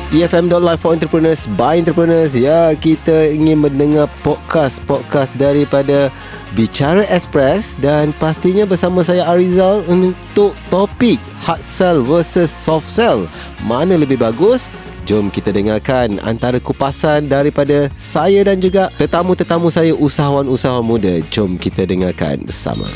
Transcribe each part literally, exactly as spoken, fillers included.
E F M dot live for entrepreneurs by entrepreneurs. Ya, kita ingin mendengar podcast-podcast daripada Bicara Express dan pastinya bersama saya Arizal untuk topik hard sell versus soft sell. Mana lebih bagus? Jom kita dengarkan antara kupasan daripada saya dan juga tetamu-tetamu saya, usahawan-usahawan muda. Jom kita dengarkan bersama.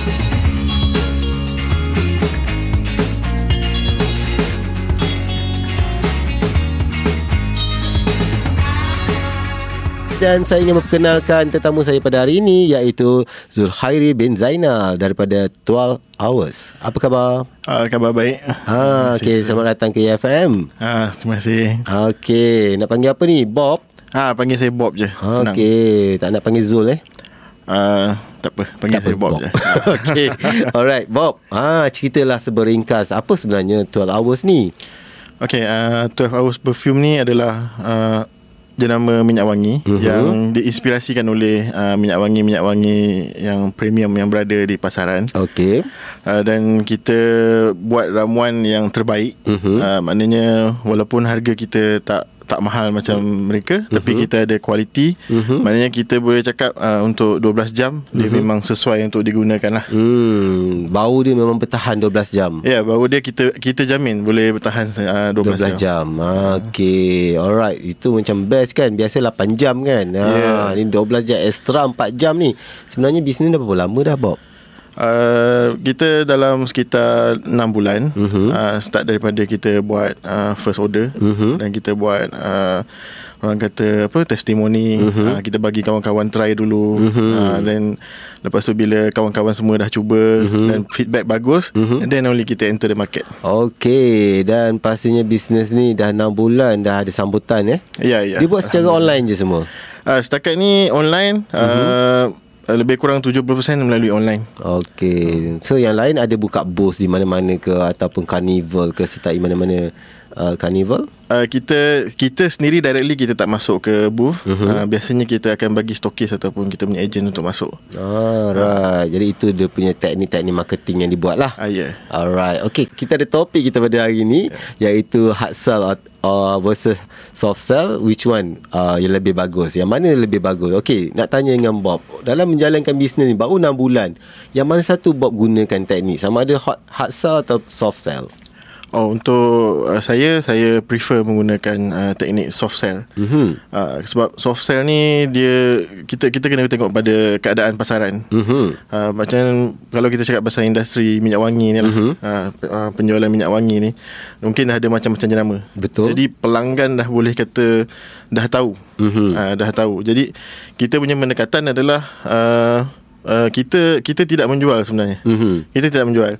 Dan saya ingin memperkenalkan tetamu saya pada hari ini, iaitu Zulkhairi bin Zainal daripada twelve hours. Apa khabar? Uh, khabar baik. Ha, okey, selamat datang ke E F M. Ah, terima kasih. Okey, nak panggil apa ni? Bob? Ah, panggil saya Bob je. Senang. Okey, tak nak panggil Zul eh? Uh, tak apa, panggil tak saya apa, Bob, Bob je. Okey. Alright, Bob. Ha, ceritalah seberingkas apa sebenarnya twelve hours ni? Okey, uh, twelve hours perfume ni adalah uh, jenama minyak wangi uh-huh. yang diinspirasikan oleh uh, minyak wangi-minyak wangi yang premium yang berada di pasaran. Okey. Uh, dan kita buat ramuan yang terbaik. Uh-huh. Uh, maknanya walaupun harga kita tak tak mahal macam uh-huh. mereka, uh-huh. tapi kita ada kualiti. Uh-huh. Maknanya kita boleh cakap uh, untuk dua belas jam uh-huh. dia memang sesuai untuk digunakan lah. Hmm, bau dia memang bertahan dua belas jam. Ya, yeah, bau dia kita kita jamin boleh bertahan uh, dua belas jam. Ah, okey. Alright, itu macam best kan. Biasa lapan jam kan. Ha, yeah. Ni dua belas jam extra empat jam ni. Sebenarnya bisnes dah berapa lama dah, Bob? Uh, kita dalam sekitar enam bulan uh-huh. uh, start daripada kita buat uh, first order uh-huh. dan kita buat uh, orang kata apa testimoni uh-huh. uh, kita bagi kawan-kawan try dulu uh-huh. uh, dan lepas tu bila kawan-kawan semua dah cuba uh-huh. dan feedback bagus uh-huh. and then only kita enter the market. Okey, dan pastinya bisnes ni dah enam bulan dah ada sambutan eh? Ya, ya. Dia buat secara online je semua? Uh, setakat ni online uh-huh. uh, lebih kurang tujuh puluh peratus melalui online. Okey. So yang lain ada buka booth di mana-mana ke ataupun carnival ke, sertai mana-mana uh, carnival? Uh, kita kita sendiri directly kita tak masuk ke booth. Uh-huh. Uh, biasanya kita akan bagi stokis ataupun kita punya agent untuk masuk. Ah, right. Uh. Jadi itu dia punya teknik-teknik marketing yang dibuat lah. Ah, ya. Yeah. Alright. Okey, kita ada topik kita pada hari ini, yeah. iaitu hard sell uh, versus soft sell. Which one uh, yang lebih bagus? Yang mana lebih bagus? Okey, nak tanya dengan Bob. Dalam menjalankan bisnes ni baru enam bulan, yang mana satu Bob gunakan teknik? Sama ada hard, hard sell atau soft sell? Oh, untuk uh, saya saya prefer menggunakan uh, teknik soft sell. Mm-hmm. Uh, sebab soft sell ni dia kita kita kena tengok pada keadaan pasaran. Mm-hmm. Uh, macam kalau kita cakap pasal industri minyak wangi ni lah, mm-hmm. uh, uh, penjualan minyak wangi ni mungkin dah ada macam-macam jenama. Betul. Jadi pelanggan dah boleh kata dah tahu. Mm-hmm. Uh, dah tahu. Jadi kita punya pendekatan adalah uh, uh, kita kita tidak menjual sebenarnya. Mm-hmm. Kita tidak menjual.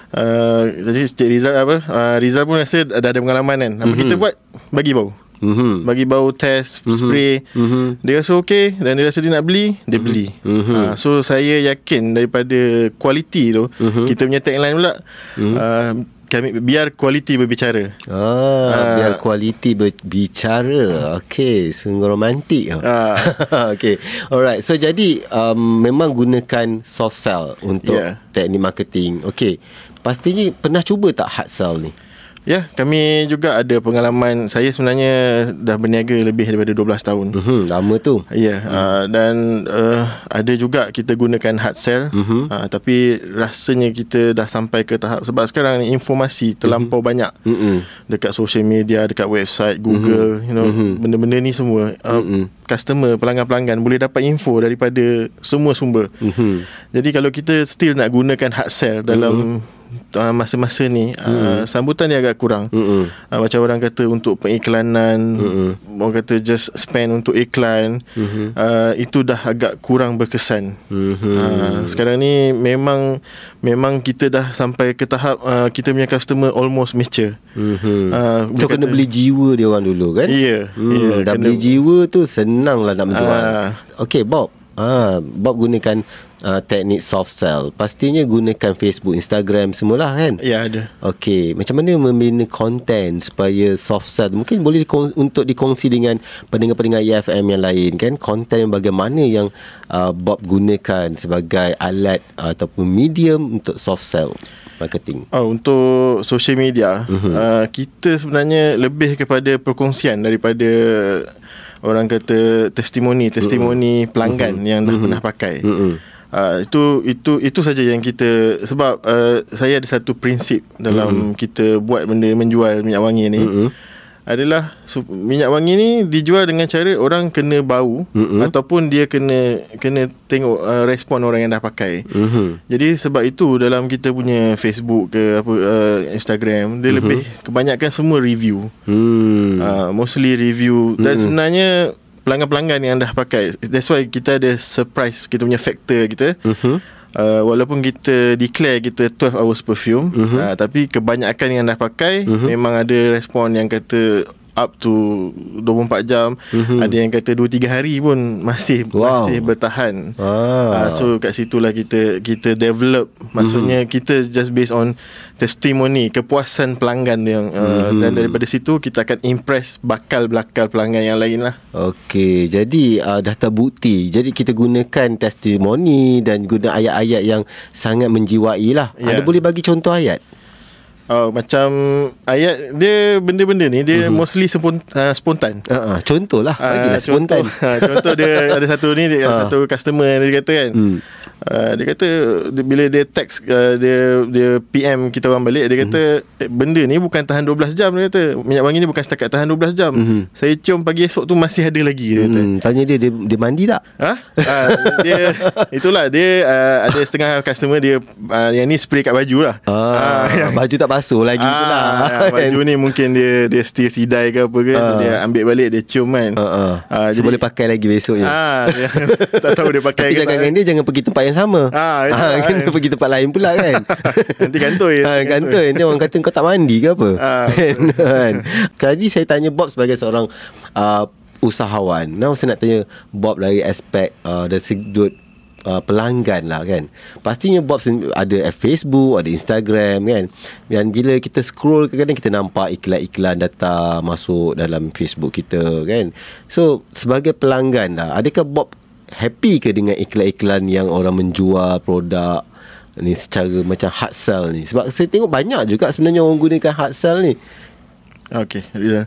Uh, jadi Cik Rizal apa uh, Rizal pun rasa dah ada pengalaman kan. Apa mm-hmm. kita buat bagi bau. Mm-hmm. Bagi bau, test, mm-hmm. spray. Mm-hmm. Dia rasa okey dan dia rasa dia nak beli, dia mm-hmm. beli. Mm-hmm. Uh, so saya yakin daripada kualiti tu, mm-hmm. kita punya tagline pula mm-hmm. uh, kami biar kualiti berbicara. Ah, uh, biar kualiti berbicara. Okey, sungguh romantik. Uh. Okey. Alright. So jadi um, memang gunakan soft sell untuk yeah. teknik marketing. Okey. Pastinya pernah cuba tak hard sell ni? Ya, kami juga ada pengalaman. Saya sebenarnya dah berniaga lebih daripada dua belas tahun. Mm-hmm, lama tu. Ya, mm. uh, dan uh, ada juga kita gunakan hard sell. Mm-hmm. Uh, tapi rasanya kita dah sampai ke tahap, sebab sekarang ni informasi terlampau mm-hmm. banyak. Mm-hmm. Dekat social media, dekat website, Google, mm-hmm. you know, mm-hmm. benda-benda ni semua. Uh, mm-hmm. Customer, pelanggan-pelanggan boleh dapat info daripada semua sumber. Mm-hmm. Jadi kalau kita still nak gunakan hard sell dalam mm-hmm. Uh, masa-masa ni mm. uh, sambutan dia agak kurang. uh, Macam orang kata untuk pengiklanan, mm. orang kata just spend untuk iklan, mm-hmm. uh, itu dah agak kurang berkesan. mm-hmm. uh, Sekarang ni memang Memang kita dah sampai ke tahap uh, kita punya customer almost mature. mm-hmm. uh, So kena beli jiwa dia orang dulu kan. Ya, yeah, hmm, yeah, dah kena, beli jiwa tu senang lah nak menjual. uh, Okay Bob, Ah, Bob gunakan uh, teknik soft sell. Pastinya gunakan Facebook, Instagram semualah kan? Ya, ada. Okey, macam mana membina konten supaya soft sell? Mungkin boleh dikong- untuk dikongsi dengan pendengar-pendengar E F M yang lain kan? Konten bagaimana yang uh, Bob gunakan sebagai alat uh, ataupun medium untuk soft sell? marketing? Oh, untuk social media, uh-huh. uh, kita sebenarnya lebih kepada perkongsian daripada orang kata testimoni, testimoni uh-huh. pelanggan uh-huh. yang dah uh-huh. pernah pakai. Uh-huh. Uh, itu itu itu saja yang kita, sebab uh, saya ada satu prinsip dalam uh-huh. kita buat benda menjual minyak wangi ni. Uh-huh. Adalah minyak wangi ni dijual dengan cara orang kena bau mm-hmm. ataupun dia kena kena tengok uh, respon orang yang dah pakai. Mm-hmm. Jadi sebab itu dalam kita punya Facebook ke apa uh, Instagram dia mm-hmm. lebih kebanyakan semua review. Mm. Uh, mostly review dan mm-hmm. sebenarnya pelanggan-pelanggan yang dah pakai, that's why kita ada surprise, kita punya factor kita. Mm-hmm. Uh, walaupun kita declare kita twelve hours perfume, uh-huh. uh, tapi kebanyakan yang dah pakai uh-huh. memang ada respon yang kata up to dua puluh empat jam, uh-huh. ada yang kata dua tiga hari pun masih wow. masih bertahan. Ah. Uh, so kat situlah kita kita develop, maksudnya uh-huh. kita just based on testimoni, kepuasan pelanggan yang uh, uh-huh. dan daripada situ kita akan impress bakal-bakal pelanggan yang lain lah. Okey, jadi uh, dah terbukti. Jadi kita gunakan testimoni dan guna ayat-ayat yang sangat menjiwai lah. Yeah. Anda boleh bagi contoh ayat? Oh, macam ayat dia, benda-benda ni dia uh-huh. mostly sepon, uh, spontan. Uh-huh. Contohlah, bagilah uh, spontan. Contoh, uh, contoh dia ada satu ni, dia uh. satu customer dia kata kan. Hmm. Uh, dia kata dia, bila dia text uh, dia dia P M kita orang balik, dia kata hmm. eh, benda ni bukan tahan dua belas jam. Dia kata minyak wangi ni bukan setakat tahan dua belas jam. Hmm. Saya cium pagi esok tu masih ada lagi, dia kata. Hmm. Tanya dia, dia dia mandi tak? Ha? uh, dia itulah dia uh, ada setengah customer dia uh, yang ni spray kat baju lah. Ah, uh, yang, baju tak basuh lagi uh, pula. Uh, baju ni mungkin dia dia still sidai ke apa ke, uh. so dia ambil balik, dia cium kan. Uh, uh. Uh, so jadi boleh pakai lagi besoknya. Ah, uh, tak tahu dia pakai. Tapi ke jangan dia jangan pergi tempat yang sama. Ah, Ha, kena pergi tempat lain pula kan. Nanti kantoi ha, kantoi. Nanti orang kata kau tak mandi ke apa. Ha, kan? Tadi saya tanya Bob sebagai seorang uh, usahawan. Now saya nak tanya Bob dari aspek uh, dari sudut uh, pelanggan lah kan. Pastinya Bob ada Facebook, ada Instagram kan. Dan bila kita scroll, kadang-kadang kita nampak iklan-iklan data masuk dalam Facebook kita kan. So sebagai pelanggan lah, adakah Bob happy ke dengan iklan-iklan yang orang menjual produk ni secara macam hard sell ni? Sebab saya tengok banyak juga sebenarnya orang gunakan hard sell ni. Okay,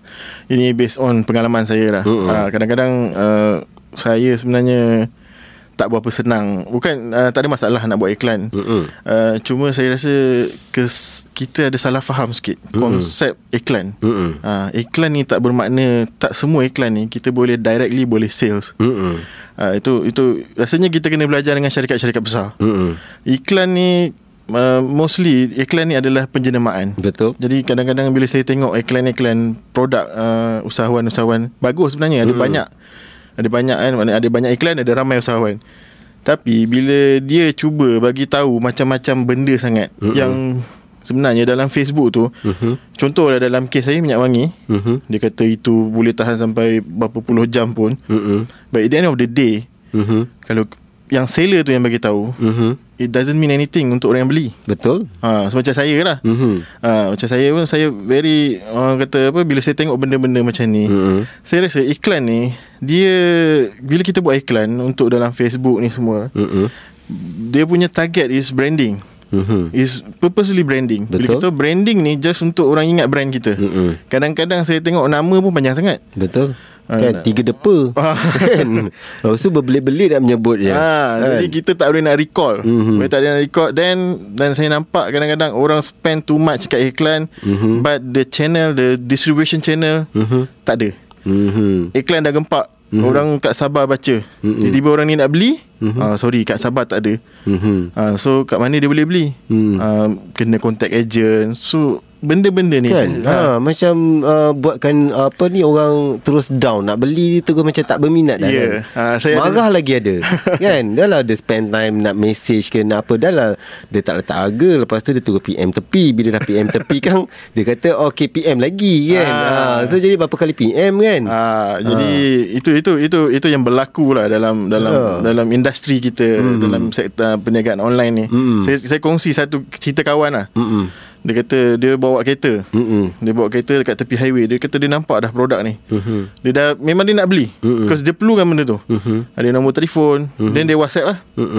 ini based on pengalaman saya lah. Mm-hmm. uh, Kadang-kadang uh, saya sebenarnya tak berapa senang. Bukan uh, tak ada masalah nak buat iklan. Mm-hmm. uh, Cuma saya rasa kes, kita ada salah faham sikit mm-hmm. konsep iklan. Mm-hmm. uh, Iklan ni tak bermakna tak semua iklan ni kita boleh directly boleh sales. Mm-hmm. uh, Itu itu rasanya kita kena belajar dengan syarikat-syarikat besar. Mm-hmm. Iklan ni Uh, mostly iklan ni adalah penjenamaan. Betul. Jadi kadang-kadang bila saya tengok iklan-iklan produk uh, usahawan-usahawan bagus sebenarnya, ada mm. banyak. Ada banyak kan, ada banyak iklan, ada ramai usahawan. Tapi bila dia cuba bagi tahu macam-macam benda sangat mm-hmm. yang sebenarnya dalam Facebook tu, mm-hmm. contohlah dalam kes saya minyak wangi, mm-hmm. dia kata itu boleh tahan sampai berapa puluh jam pun. Mm-hmm. But at the end of the day, mm-hmm. kalau yang seller tu yang bagi tahu, mm-hmm. it doesn't mean anything untuk orang yang beli. Betul. Ha, so macam saya lah. Mm-hmm. Ha, macam saya pun, saya very orang kata apa, bila saya tengok benda-benda macam ni, mm-hmm. saya rasa iklan ni, dia bila kita buat iklan untuk dalam Facebook ni semua, mm-hmm. dia punya target is branding. Mm-hmm. Is purposely branding. Betul. Bila kita branding ni just untuk orang ingat brand kita. Mm-hmm. Kadang-kadang saya tengok nama pun panjang sangat. Betul. Kan, tiga depa kan. Lepas tu berbelit-belit nak menyebut je. ha, kan? Jadi kita tak boleh nak recall. mm-hmm. Boleh tak boleh nak recall. Then Dan saya nampak kadang-kadang orang spend too much kat iklan, mm-hmm. but the channel, the distribution channel, mm-hmm. tak ada. mm-hmm. Iklan dah gempak, mm-hmm. orang kat Sabah baca, mm-hmm. tiba-tiba orang ni nak beli, mm-hmm. uh, sorry kat Sabah tak ada. mm-hmm. uh, So kat mana dia boleh beli? mm. uh, Kena contact agent. So benda-benda ni kan, ha, ha, macam uh, buatkan uh, apa ni, orang terus down nak beli, terus macam tak berminat dah. Yeah. Kan? Ha, saya marah ada. lagi ada. Kan, dah lah dia spend time nak message ke nak apa, dah lah dia tak letak harga. Lepas tu dia turun P M tepi. Bila dah P M tepi kan, dia kata okay P M lagi kan. ha. Ha, So jadi berapa kali P M kan. ha, Jadi ha. itu itu itu itu yang berlaku lah dalam dalam ha. dalam industri kita, mm-hmm. dalam sektor perniagaan online ni. mm-hmm. Saya saya kongsi satu cerita kawan lah. mm-hmm. Dia kata dia bawa kereta, mm-hmm. dia bawa kereta dekat tepi highway. Dia kata dia nampak dah produk ni, mm-hmm. dia dah, memang dia nak beli, mm-hmm. because dia perlukan benda tu. mm-hmm. Ada nombor telefon, mm-hmm. then dia WhatsApp lah. mm-hmm.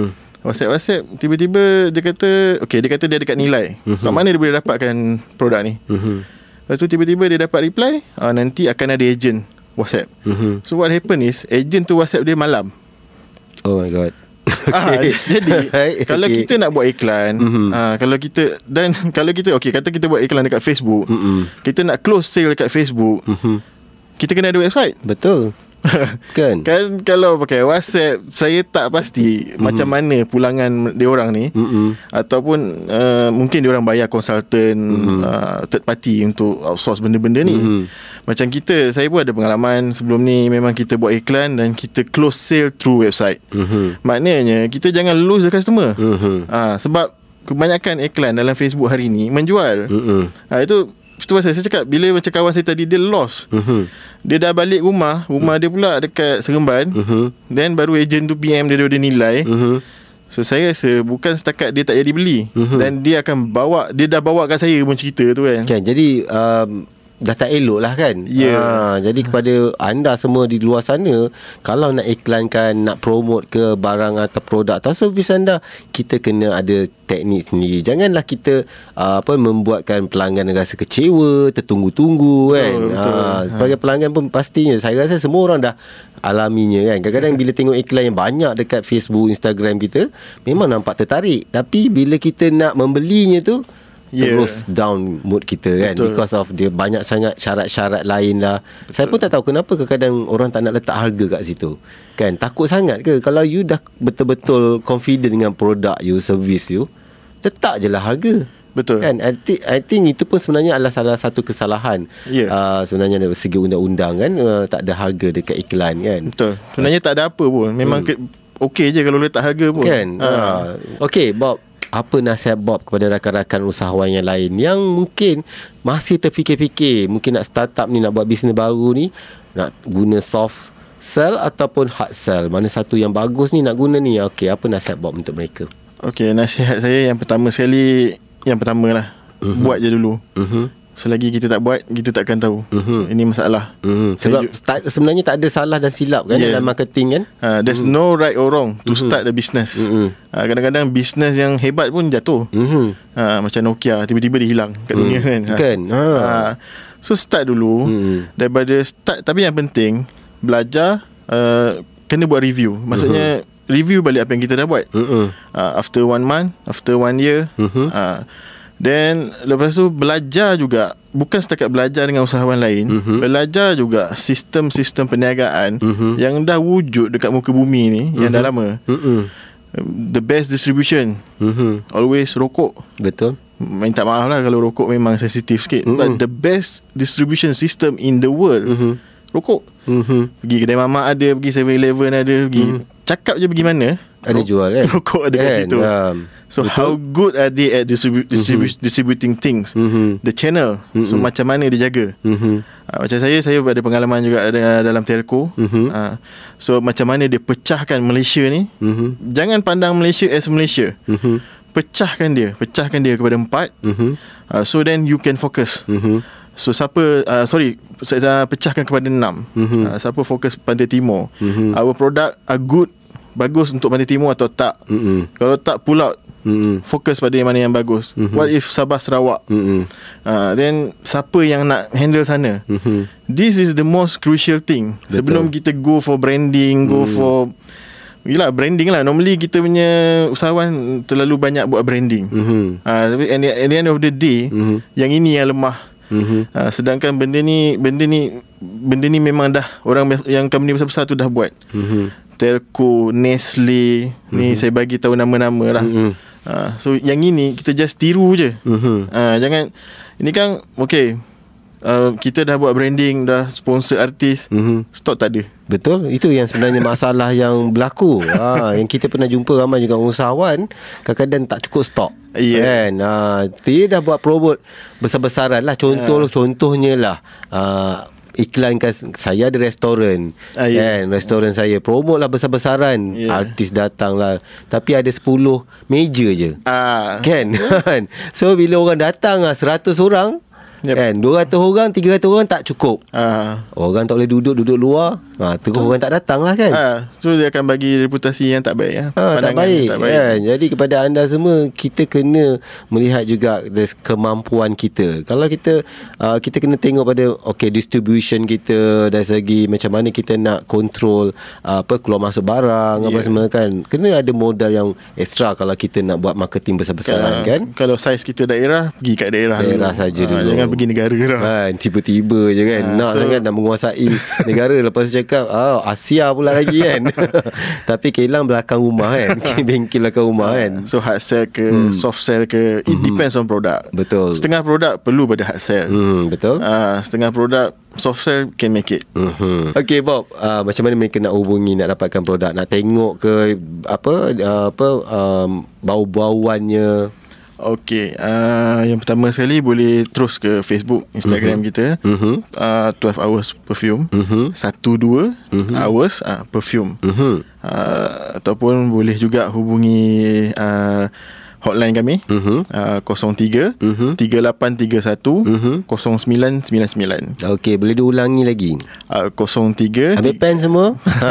WhatsApp WhatsApp tiba-tiba dia kata, okay, dia kata dia dekat nilai. Mm-hmm. Kat mana dia boleh dapatkan produk ni? Mm-hmm. Lepas tu tiba-tiba dia dapat reply, ah, nanti akan ada agent WhatsApp. Mm-hmm. So what happen is, agent tu WhatsApp dia malam. Oh my god. Okay. Ah, jadi right, kalau okay. kita nak buat iklan, mm-hmm. ah, kalau kita dan kalau kita okey kata kita buat iklan dekat Facebook, mm-hmm. kita nak close sale dekat Facebook, mm-hmm. kita kena ada website. Betul. Kan? Kan kalau pakai WhatsApp, saya tak pasti mm-hmm. macam mana pulangan dia orang ni, mm-hmm. ataupun uh, mungkin dia orang bayar konsultan, mm-hmm. uh, third party untuk outsource benda-benda ni. Mm-hmm. Macam kita, saya pun ada pengalaman sebelum ni, memang kita buat iklan dan kita close sale through website. Mm-hmm. Maknanya kita jangan lose the customer. Mm-hmm. uh, sebab kebanyakan iklan dalam Facebook hari ni menjual. Mm-hmm. uh, Itu Itu pasal saya cakap, bila macam kawan saya tadi, dia lost. Mm-hmm. Dia dah balik rumah, rumah mm-hmm. dia pula dekat Seremban. Mm-hmm. Then baru ejen tu P M dia, dia ada nilai. Mm-hmm. So saya rasa bukan setakat dia tak jadi beli, mm-hmm. dan dia akan bawa, dia dah bawa kat saya pun cerita tu kan. Kan, jadi um, dah tak elok lah kan. Yeah. ha, Jadi kepada anda semua di luar sana, kalau nak iklankan, nak promote ke barang atau produk atau servis anda, kita kena ada teknik sendiri. Janganlah kita uh, apa membuatkan pelanggan rasa kecewa, tertunggu-tunggu kan. Betul, betul. Ha, sebagai pelanggan pun pastinya, saya rasa semua orang dah alaminya kan. Kadang-kadang bila tengok iklan yang banyak dekat Facebook, Instagram kita, memang nampak tertarik. Tapi bila kita nak membelinya tu, Yeah. terus down mood kita kan. Betul. Because of dia banyak sangat syarat-syarat lain lah. Betul. Saya pun tak tahu kenapa kadang-kadang orang tak nak letak harga kat situ kan. Takut sangat ke? Kalau you dah betul-betul confident dengan produk you, service you, letak je lah harga. Betul kan. I think, I think itu pun sebenarnya adalah salah satu kesalahan. yeah. uh, Sebenarnya dari segi undang-undang kan, uh, tak ada harga dekat iklan kan. Betul. Sebenarnya tak ada apa pun. Memang hmm. ke- okey je kalau letak harga pun kan. ha. uh. Okay Bob, apa nasihat Bob kepada rakan-rakan usahawan yang lain yang mungkin masih terfikir-fikir, mungkin nak start up ni, nak buat bisnes baru ni, nak guna soft sell ataupun hard sell, mana satu yang bagus ni nak guna ni? Okey, apa nasihat Bob untuk mereka? Okey, nasihat saya yang pertama sekali, yang pertama lah, uh-huh. buat je dulu. uh-huh. Selagi kita tak buat, kita takkan tahu. uh-huh. Ini masalah. uh-huh. Sebab tak, sebenarnya tak ada salah dan silap kan, yes. dalam marketing kan. uh, There's uh-huh. no right or wrong to uh-huh. start the business. uh-huh. uh, Kadang-kadang bisnes yang hebat pun jatuh. uh-huh. uh, Macam Nokia, tiba-tiba dia hilang kat uh-huh. dunia kan. Kan. uh. uh, So start dulu. uh-huh. Daripada start, tapi yang penting belajar, uh, kena buat review. Maksudnya uh-huh. review balik apa yang kita dah buat. uh-huh. uh, After one month, after one year, uh-huh. uh, then lepas tu belajar juga, bukan setakat belajar dengan usahawan lain, uh-huh. belajar juga sistem-sistem perniagaan uh-huh. yang dah wujud dekat muka bumi ni, uh-huh. yang dah lama. uh-huh. The best distribution, uh-huh. always rokok. Betul. Minta maaf lah kalau rokok memang sensitif sikit, uh-huh. but the best distribution system in the world, uh-huh. rokok. uh-huh. Pergi kedai mamak ada, pergi seven eleven ada, pergi uh-huh. cakap je pergi mana, ada jual kan, rokok ada kat situ. um, So betul? How good are they at distribu- distribu- mm-hmm. distributing things, mm-hmm. the channel. mm-hmm. So macam mana dia jaga. mm-hmm. uh, Macam saya Saya ada pengalaman juga ada dalam telco. mm-hmm. uh, So macam mana dia pecahkan Malaysia ni. mm-hmm. Jangan pandang Malaysia as Malaysia. mm-hmm. Pecahkan dia Pecahkan dia kepada empat. mm-hmm. uh, So then you can focus. mm-hmm. So siapa uh, Sorry Saya pecahkan kepada enam. mm-hmm. uh, Siapa fokus Pantai Timur. mm-hmm. Our product are good, bagus untuk Pantai Timur atau tak. mm-hmm. Kalau tak, pull out. mm-hmm. Fokus pada yang mana yang bagus. mm-hmm. What if Sabah Sarawak? mm-hmm. uh, Then siapa yang nak handle sana? mm-hmm. This is the most crucial thing. Betul. Sebelum kita go for branding, Go mm. for Yelah, branding lah. Normally kita punya usahawan terlalu banyak buat branding. mm-hmm. uh, Tapi at the, at the end of the day, mm-hmm. yang ini yang lemah. mm-hmm. uh, Sedangkan benda ni Benda ni Benda ni memang dah orang yang company besar-besar tu dah buat. mm-hmm. Telco, Nestle, mm-hmm. ni saya bagi tahu nama-nama lah. mm-hmm. uh, So yang ini kita just tiru je. mm-hmm. uh, Jangan. Ini kan okay, uh, kita dah buat branding, dah sponsor artis, mm-hmm. stok tak ada. Betul. Itu yang sebenarnya masalah yang berlaku. ha, Yang kita pernah jumpa ramai juga usahawan, kadang-kadang tak cukup stok. yeah. Kan. ha, Dia dah buat promote besar-besaran lah. Contoh, yeah. Contohnya lah, uh, iklankan saya ada restoran. ah, yeah. Kan, restoran saya promote lah besar-besaran. yeah. Artis datang lah, tapi ada sepuluh meja je. ah. Kan. So bila orang datang lah seratus orang, yep. kan, dua ratus orang, tiga ratus orang tak cukup. ah. Orang tak boleh duduk, duduk luar. ha, terus orang tak datang lah kan. ha, So dia akan bagi reputasi yang tak baik ya. ha, Tak baik, tak baik. Kan? Jadi kepada anda semua, kita kena melihat juga dari kemampuan kita. Kalau kita uh, kita kena tengok pada okay, distribution kita, dari segi macam mana kita nak control uh, apa keluar masuk barang, yeah. apa semua kan. Kena ada modal yang extra kalau kita nak buat marketing besar-besaran kan. Kalau saiz kita daerah, pergi kat daerah Daerah dulu. saja ha, dulu. Jangan pergi negara dah. Kan, tiba-tiba je kan. Ha, nak so, sangat nak menguasai negara. Lepas tu cakap oh, Asia pula lagi kan. Tapi kilang belakang rumah kan. Bengkel belakang rumah kan. So hard sell ke hmm. soft sell ke, it hmm. depends on product. Betul. Setengah produk perlu pada hard sell. hmm, Betul. uh, Setengah produk soft sell can make it. hmm. Okay Bob, uh, macam mana mereka nak hubungi, nak dapatkan produk, nak tengok ke apa uh, apa um, bau-bauannya? Okay, uh, yang pertama sekali boleh terus ke Facebook, Instagram uh-huh. kita, uh-huh. uh, twelve hours perfume, uh-huh. satu dua uh-huh. hours uh, perfume, uh-huh. uh, ataupun boleh juga hubungi uh, hotline kami, uh-huh. uh, kosong tiga tiga lapan tiga satu kosong sembilan sembilan sembilan. Okey, boleh diulangi lagi? uh, kosong tiga Ambil pen semua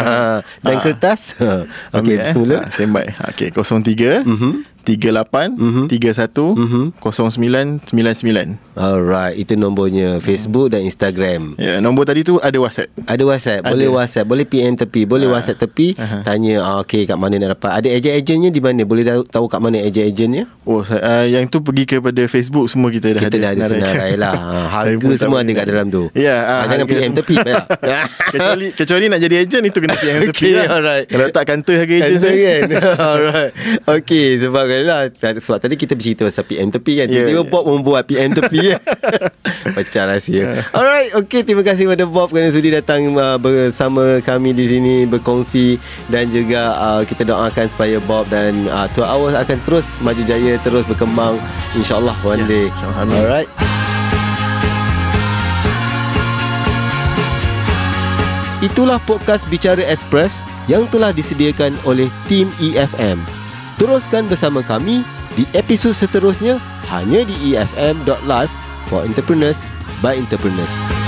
dan kertas. Okey, eh. semula. uh, Standby. Okey, kosong tiga tiga lapan tiga satu kosong sembilan sembilan sembilan. Alright, itu nombornya Facebook dan Instagram. Ya, yeah, nombor tadi tu ada WhatsApp. Ada WhatsApp, ada. Boleh WhatsApp, boleh P M tepi, boleh ha. WhatsApp tepi, uh-huh. tanya ah, okey kat mana nak dapat. Ada ejen-ejennya di mana? Boleh tahu kat mana ejen-ejennya? Oh, uh, yang tu pergi kepada Facebook semua kita dah kita ada. Kita dah ada senarai lah. Ha, harga semua ada kat dalam tu. Ya, yeah, ha, jangan P M tepi payah. kecuali kecuali nak jadi ejen itu kena P M tepi. Okay, lah. Alright. Kalau tak kantor harga ejen kan. Alright. Okey, sebab lah sebab tadi kita bercerita pasal P M tepi kan. Tiba-tiba yeah. Bob membuat P M tepi. Pecah rahsia. Alright, okey, terima kasih kepada Bob kerana sudi datang uh, bersama kami di sini berkongsi, dan juga uh, kita doakan supaya Bob dan uh, twelve hours akan terus maju jaya, terus berkembang insya-Allah one yeah, day. Alright. Itulah podcast Bicara Express yang telah disediakan oleh tim E F M. Teruskan bersama kami di episod seterusnya hanya di e f m dot live for entrepreneurs by entrepreneurs.